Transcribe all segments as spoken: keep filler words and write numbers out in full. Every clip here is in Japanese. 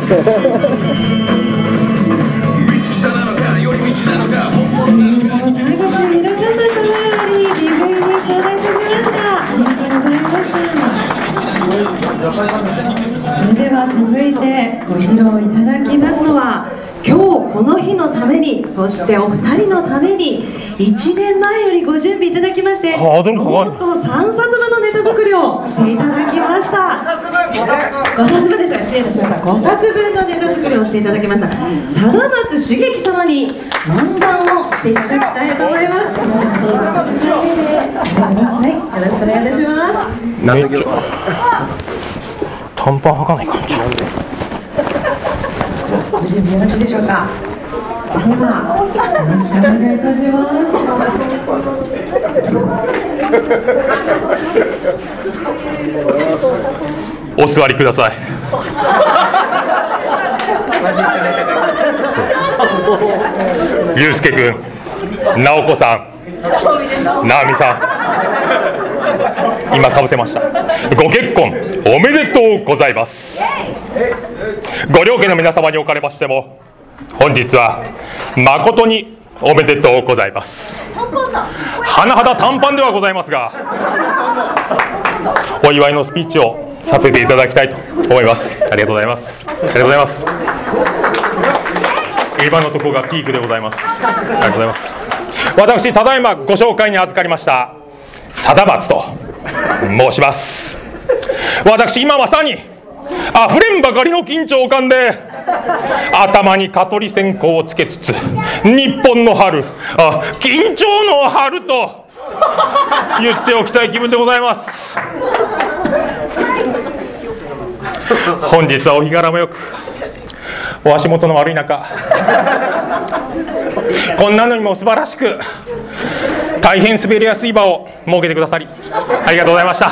では続いてご披露いただきますのは、今日この日のために、そしてお二人のためにいちねんまえよりご準備いただきまして、なんとさんさつぶんのネタ作りをしていただきました。ごさつぶんでした。失礼いたしました。ごさつぶんのネタ作りをしていただきました。貞松茂樹様に漫談をしていただきたいと思います。はい、よろしくお願いいたします。 めっちゃ短パン履かないかんじゃん。 ご準備よろしいでしょうか。ではよろしくお願いいたします。 お座りください。ゆうすけくん、なおこさん、なあみさん、今かぶってました。ご結婚おめでとうございます。ご両家の皆様におかれましても、本日は誠におめでとうございます。甚だ短パンではございますが、お祝いのスピーチをさせていただきたいと思います。ありがとうございます。ありがとうございます。今のところがピークでございます。ありがとうございます。私、ただいまご紹介に預かりました貞松と申します。私、今まさにあふれんばかりの緊張感で、頭に蚊取り線香をつけつつ、日本の春、あ緊張の春と言っておきたい気分でございます。本日はお日柄もよく、お足元の悪い中、こんなのにも素晴らしく大変滑りやすい場を設けてくださりありがとうございました。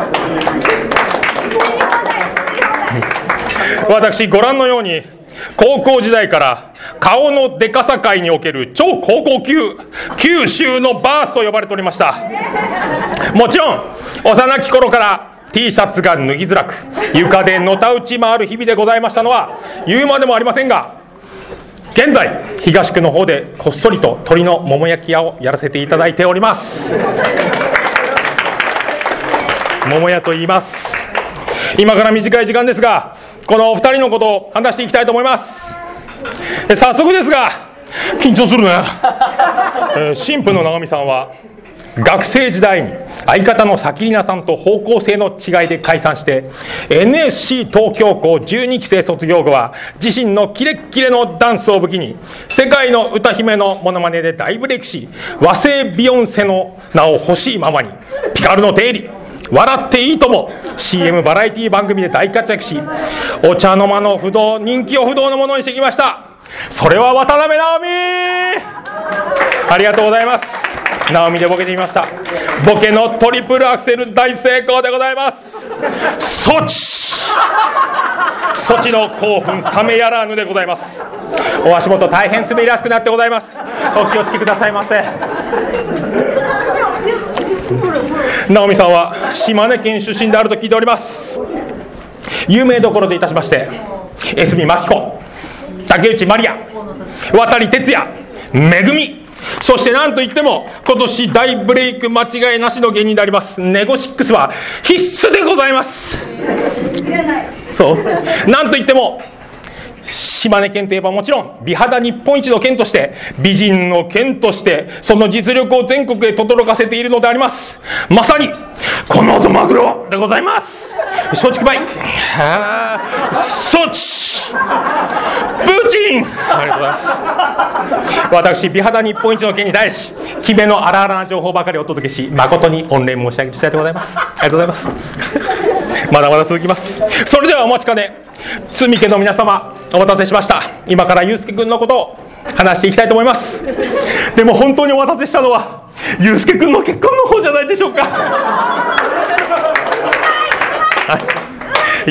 私、ご覧のように高校時代から顔のでかさ界における超高校級九州のバースと呼ばれておりました。もちろん幼き頃から T シャツが脱ぎづらく、床でのたうち回る日々でございましたのは言うまでもありませんが、現在東区の方でこっそりと鶏のもも焼き屋をやらせていただいております。桃屋と言います。今から短い時間ですが、このお二人のことを話していきたいと思います。早速ですが、緊張するね、えー、新婦の長見さんは学生時代に相方のさきりなさんと方向性の違いで解散して エヌエスシー 東京校じゅうにきせい卒業後は自身のキレッキレのダンスを武器に世界の歌姫のモノマネで大ブレイクし、和製ビヨンセの名を欲しいままにピカルの定理、笑っていいとも シーエム バラエティ番組で大活躍し、お茶の間の不動人気を不動のものにしてきました。それは渡辺直美。ありがとうございます。直美でボケてみました。ボケのトリプルアクセル大成功でございます。ソチソチの興奮冷めやらぬでございます。お足元大変滑りやすくなってございます。お気をつけくださいませ。直美さんは島根県出身であると聞いております。有名どころでいたしまして、江角真紀子、竹内まりや、渡哲也、めぐみ、そして何といっても今年大ブレイク間違いなしの芸人でありますネゴシックスは必須でございます。そう、なんといっても島根県といえばもちろん美肌日本一の県として、美人の県としてその実力を全国へ轟かせているのであります。まさにこの音マグロでございます。松竹梅、ソチ、プーチン、ありがとうございます。私、美肌日本一の県に対し決めの荒々な情報ばかりお届けし、誠に御礼申し上げる次第でございます。ありがとうございます。まだまだ続きます。それではお待ちかね、積家の皆様、お待たせしました。今からゆうすけくんのことを話していきたいと思います。でも本当にお待たせしたのはゆうすけくんの結婚の方じゃないでしょうか。はい、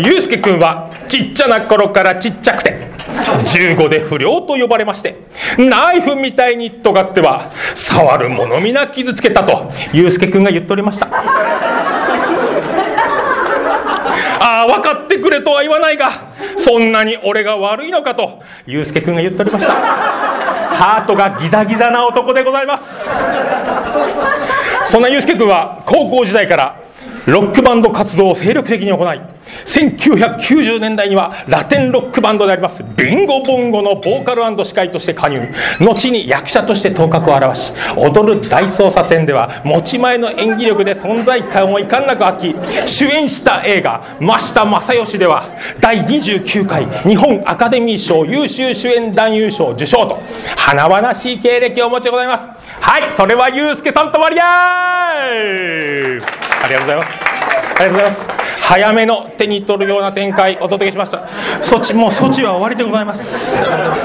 ゆうすけくんはちっちゃな頃からちっちゃくてじゅうごで不良と呼ばれまして、ナイフみたいに尖っては触る者皆傷つけたとゆうすけくんが言っておりました。 ああ分かってくれとは言わないが、そんなに俺が悪いのかとゆうすけくんが言っておりました。ハートがギザギザな男でございます。そんなゆうすけくんは高校時代からロックバンド活動を精力的に行い、せんきゅうひゃくきゅうじゅうねんだいにはラテンロックバンドでありますビンゴボンゴのボーカル&司会として加入、後に役者として頭角を現し、踊る大捜査線では持ち前の演技力で存在感をいかんなく発揮、主演した映画真下正義ではだいにじゅうきゅうかい日本アカデミー賞優秀主演男優賞受賞と華々しい経歴をお持ちでございます。はい、それはゆうすけさんとマリアー。ありがとうございます。ありがとうございます。早めの手に取るような展開お届けしました。措置もう措置は終わりでございます。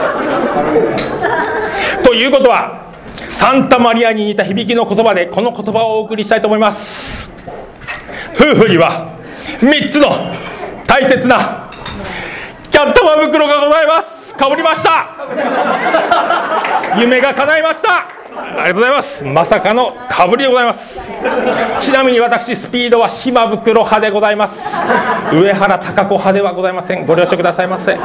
ということはサンタマリアに似た響きの言葉でこの言葉をお送りしたいと思います。夫婦にはみっつの大切なキャットマ袋がございます。かぶりました。夢が叶いました。ありがとうございます。まさかのかぶりでございます。ちなみに私スピードは島袋派でございます。上原貴子派ではございません。ご了承くださいませ。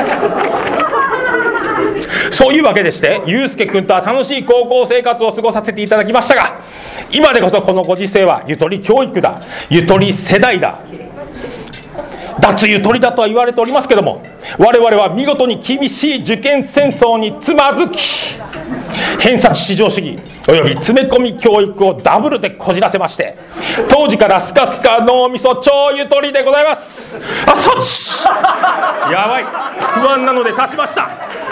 そういうわけでしてゆうすけくんとは楽しい高校生活を過ごさせていただきましたが、今でこそこのご時世はゆとり教育だ、ゆとり世代だ、脱ゆとりだとは言われておりますけども、我々は見事に厳しい受験戦争につまずき、偏差値至上主義および詰め込み教育をダブルでこじらせまして、当時からスカスカ脳みそ超ゆとりでございます。あ、そっちやばい、不安なので足しました。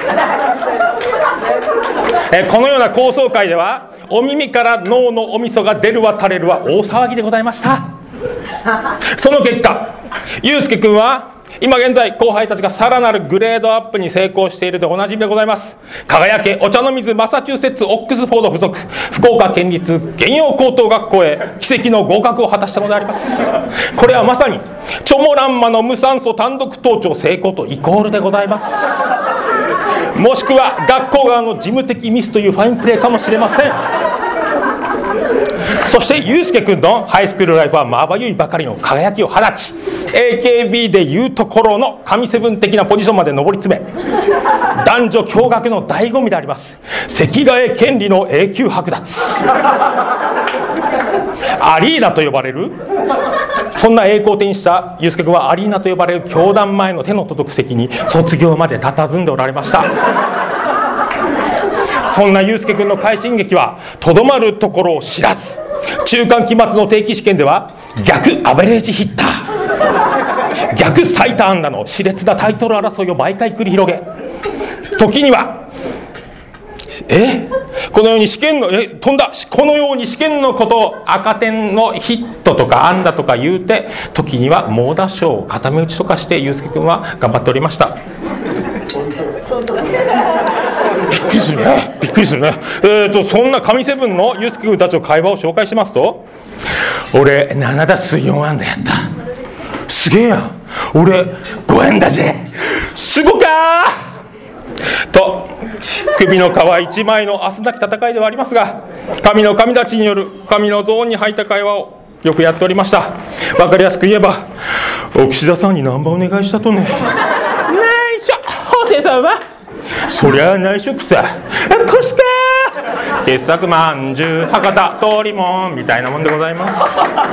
えこのような高層階ではお耳から脳のおみそが出るわ垂れるわ大騒ぎでございました。その結果ゆうすけくんは今現在後輩たちがさらなるグレードアップに成功しているでおなじみでございます。輝けお茶の水マサチューセッツオックスフォード附属福岡県立原陽高等学校へ奇跡の合格を果たしたのであります。これはまさにチョモランマの無酸素単独登頂成功とイコールでございます。もしくは学校側の事務的ミスというファインプレーかもしれません。そしてゆうすけくんのハイスクールライフはまばゆいばかりの輝きを放ち、 エーケービー でいうところの神セブン的なポジションまで上り詰め、男女共学の醍醐味であります席替え権利の永久剥奪アリーナと呼ばれる、そんな栄光を手にしたゆうすけくんはアリーナと呼ばれる教壇前の手の届く席に卒業まで佇んでおられました。そんなゆうすけくんの快進撃はとどまるところを知らず、中間期末の定期試験では逆アベレージヒッター、逆最多安打の熾烈なタイトル争いを毎回繰り広げ、時にはえこのように試験のえ飛んだこのように試験のことを赤点のヒットとか安打とか言うて、時には猛打賞固め打ちとかしてゆうすけくんは頑張っておりました。びっくりするね、びっくりするね。えーとそんな神セブンのゆうすけくんたちの会話を紹介しますと、俺ななだすいよんあんだやった、すげえや、俺ごえんだぜ、すごかーと首の皮一枚の明日なき戦いではありますが、神の神たちによる神のゾーンに入った会話をよくやっておりました。わかりやすく言えば、お岸田さんにナンバーお願いしたとね。内緒法政さんはそりゃあ内職さ、こした傑作まんじゅう博多通りもんみたいなもんでございます。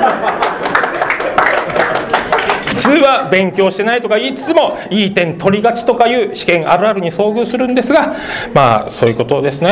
普通は勉強してないとか言いつつもいい点取りがちとかいう試験あるあるに遭遇するんですが、まあそういうことですね。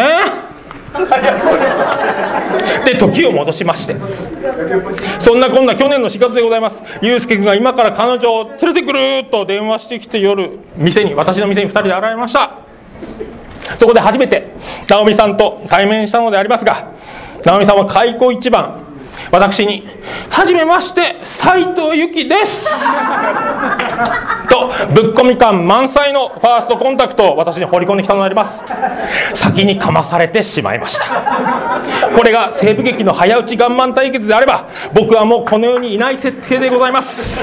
で時を戻しまして、そんなこんな去年のしがつでございます。ゆうすけくんが今から彼女を連れてくると電話してきて、夜店に私の店にふたりで現れました。そこで初めて直美さんと対面したのでありますが、直美さんは開口一番私にはじめまして斉藤由貴ですとぶっ込み感満載のファーストコンタクトを私に放り込んできたのであります。先にかまされてしまいました。これが西部劇の早打ちガンマン対決であれば、僕はもうこの世にいない設定でございます。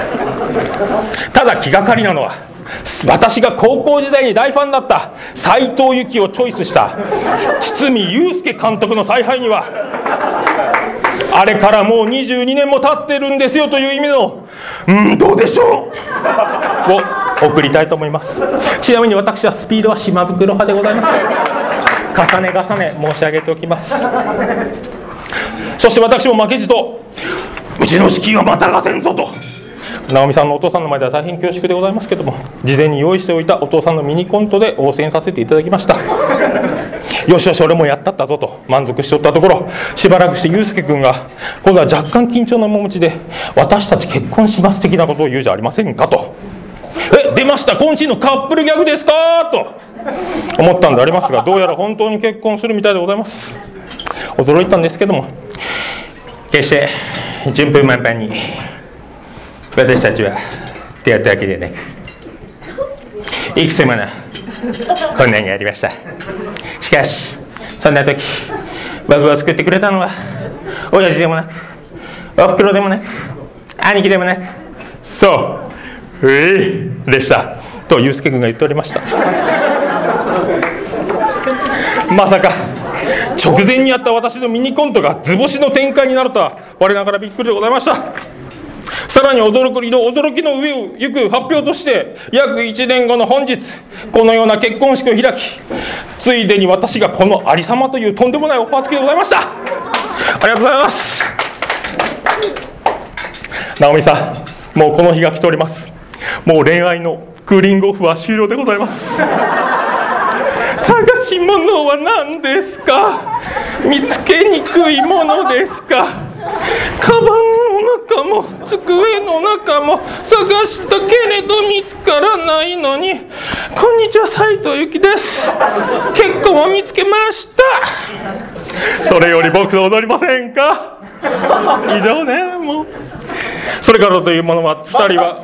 ただ気がかりなのは、私が高校時代に大ファンだった斉藤由貴をチョイスした堤祐介監督の采配にはあれからもうにじゅうにねんも経ってるんですよという意味のうんどうでしょうを送りたいと思います。ちなみに私はスピードは島袋派でございます。重ね重ね申し上げておきます。そして私も負けじとうちの資金はまたがせんぞと、直美さんのお父さんの前では大変恐縮でございますけども、事前に用意しておいたお父さんのミニコントで応戦させていただきました。よしよし俺もやったったぞと満足しておったところ、しばらくして祐介君が今度は若干緊張の面持ちで、私たち結婚します的なことを言うじゃありませんかと。え出ました今週のカップルギャグですかと思ったんでありますが、どうやら本当に結婚するみたいでございます。驚いたんですけども、決して順風満帆に私たちは出会ったわけではなく、いくつもの困難がありました。しかしそんな時僕を救ってくれたのは親父でもなくおふくろでもなく兄貴でもなく、そうえいでしたと祐介君が言っておりました。まさか直前にあった私のミニコントが図星の展開になるとは我ながらびっくりでございました。さらに驚きの驚きの上を行く発表として、約いちねんごの本日このような結婚式を開き、ついでに私がこのありさまというとんでもないオファー付きでございました。ありがとうございます。直美さん、もうこの日が来ております。もう恋愛のクーリングオフは終了でございます。探し物は何ですか？見つけにくいものですか？カバンの中も机の中も探したけれど見つからないのに、こんにちは斉藤由貴です、結婚を見つけました。それより僕と踊りませんか？以上ね。もうそれからというものはふたりは、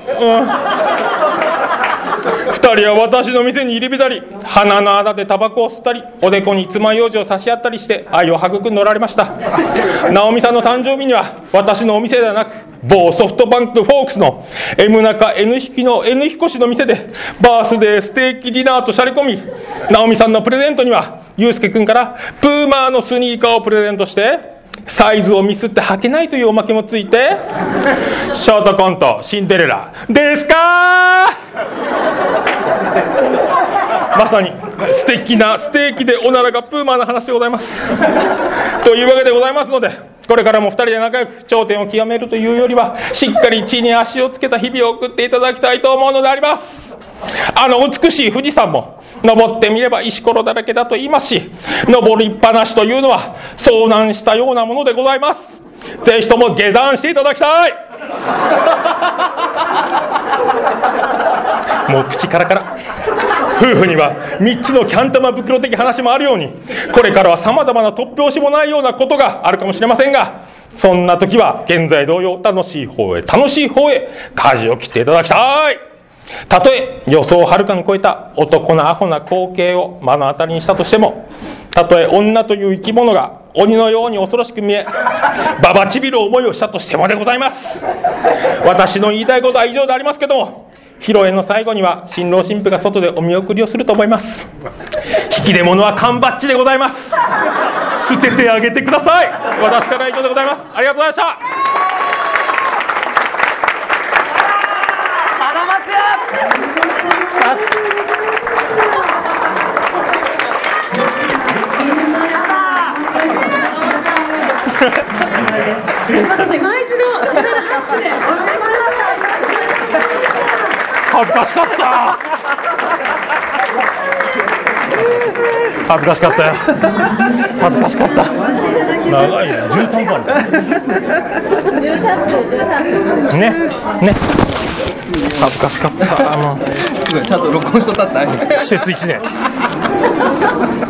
うん、ふたりは私の店に入り浸り、鼻の穴でタバコを吸ったり、おでこに爪楊枝を差し合ったりして愛を育んでおられました。直美さんの誕生日には私のお店ではなく、某ソフトバンクフォークスの M 中 N 引きの N 彦氏の店でバースデーステーキディナーとしゃれ込み、直美さんのプレゼントには祐介君からプーマーのスニーカーをプレゼントして、サイズをミスって履けないというおまけもついて、ショートコントシンデレラですか。まさに素敵なステーキでおならがプーマーの話でございます。というわけでございますので、これからもふたりで仲良く頂点を極めるというよりは、しっかり地に足をつけた日々を送っていただきたいと思うのであります。あの美しい富士山も登ってみれば石ころだらけだと言いますし、登りっぱなしというのは遭難したようなものでございます。ぜひとも下山していただきたい。もう口からから夫婦にはみっつのキャン玉袋的話もあるように、これからはさまざまな突拍子もないようなことがあるかもしれませんが、そんな時は現在同様楽しい方へ楽しい方へ舵を切っていただきたい。たとえ予想をはるかに超えた男のアホな光景を目の当たりにしたとしても、たとえ女という生き物が鬼のように恐ろしく見え、ババちびる思いをしたとしてもでございます。私の言いたいことは以上でありますけども、披露宴の最後には新郎新婦が外でお見送りをすると思います。引き出物は缶バッジでございます。捨ててあげてください。私からは以上でございます。ありがとうございました。 今一度それで拍手でお願いします。 恥ずかしかった。恥ずかしかったよ。恥ずかしかった。長いね。じゅうさんぷん。じゅうさんぷん、じゅうさんぷん。ね、ね。恥ずかしかった。あのすごいちゃんと録音しとったって。 施設いちねん。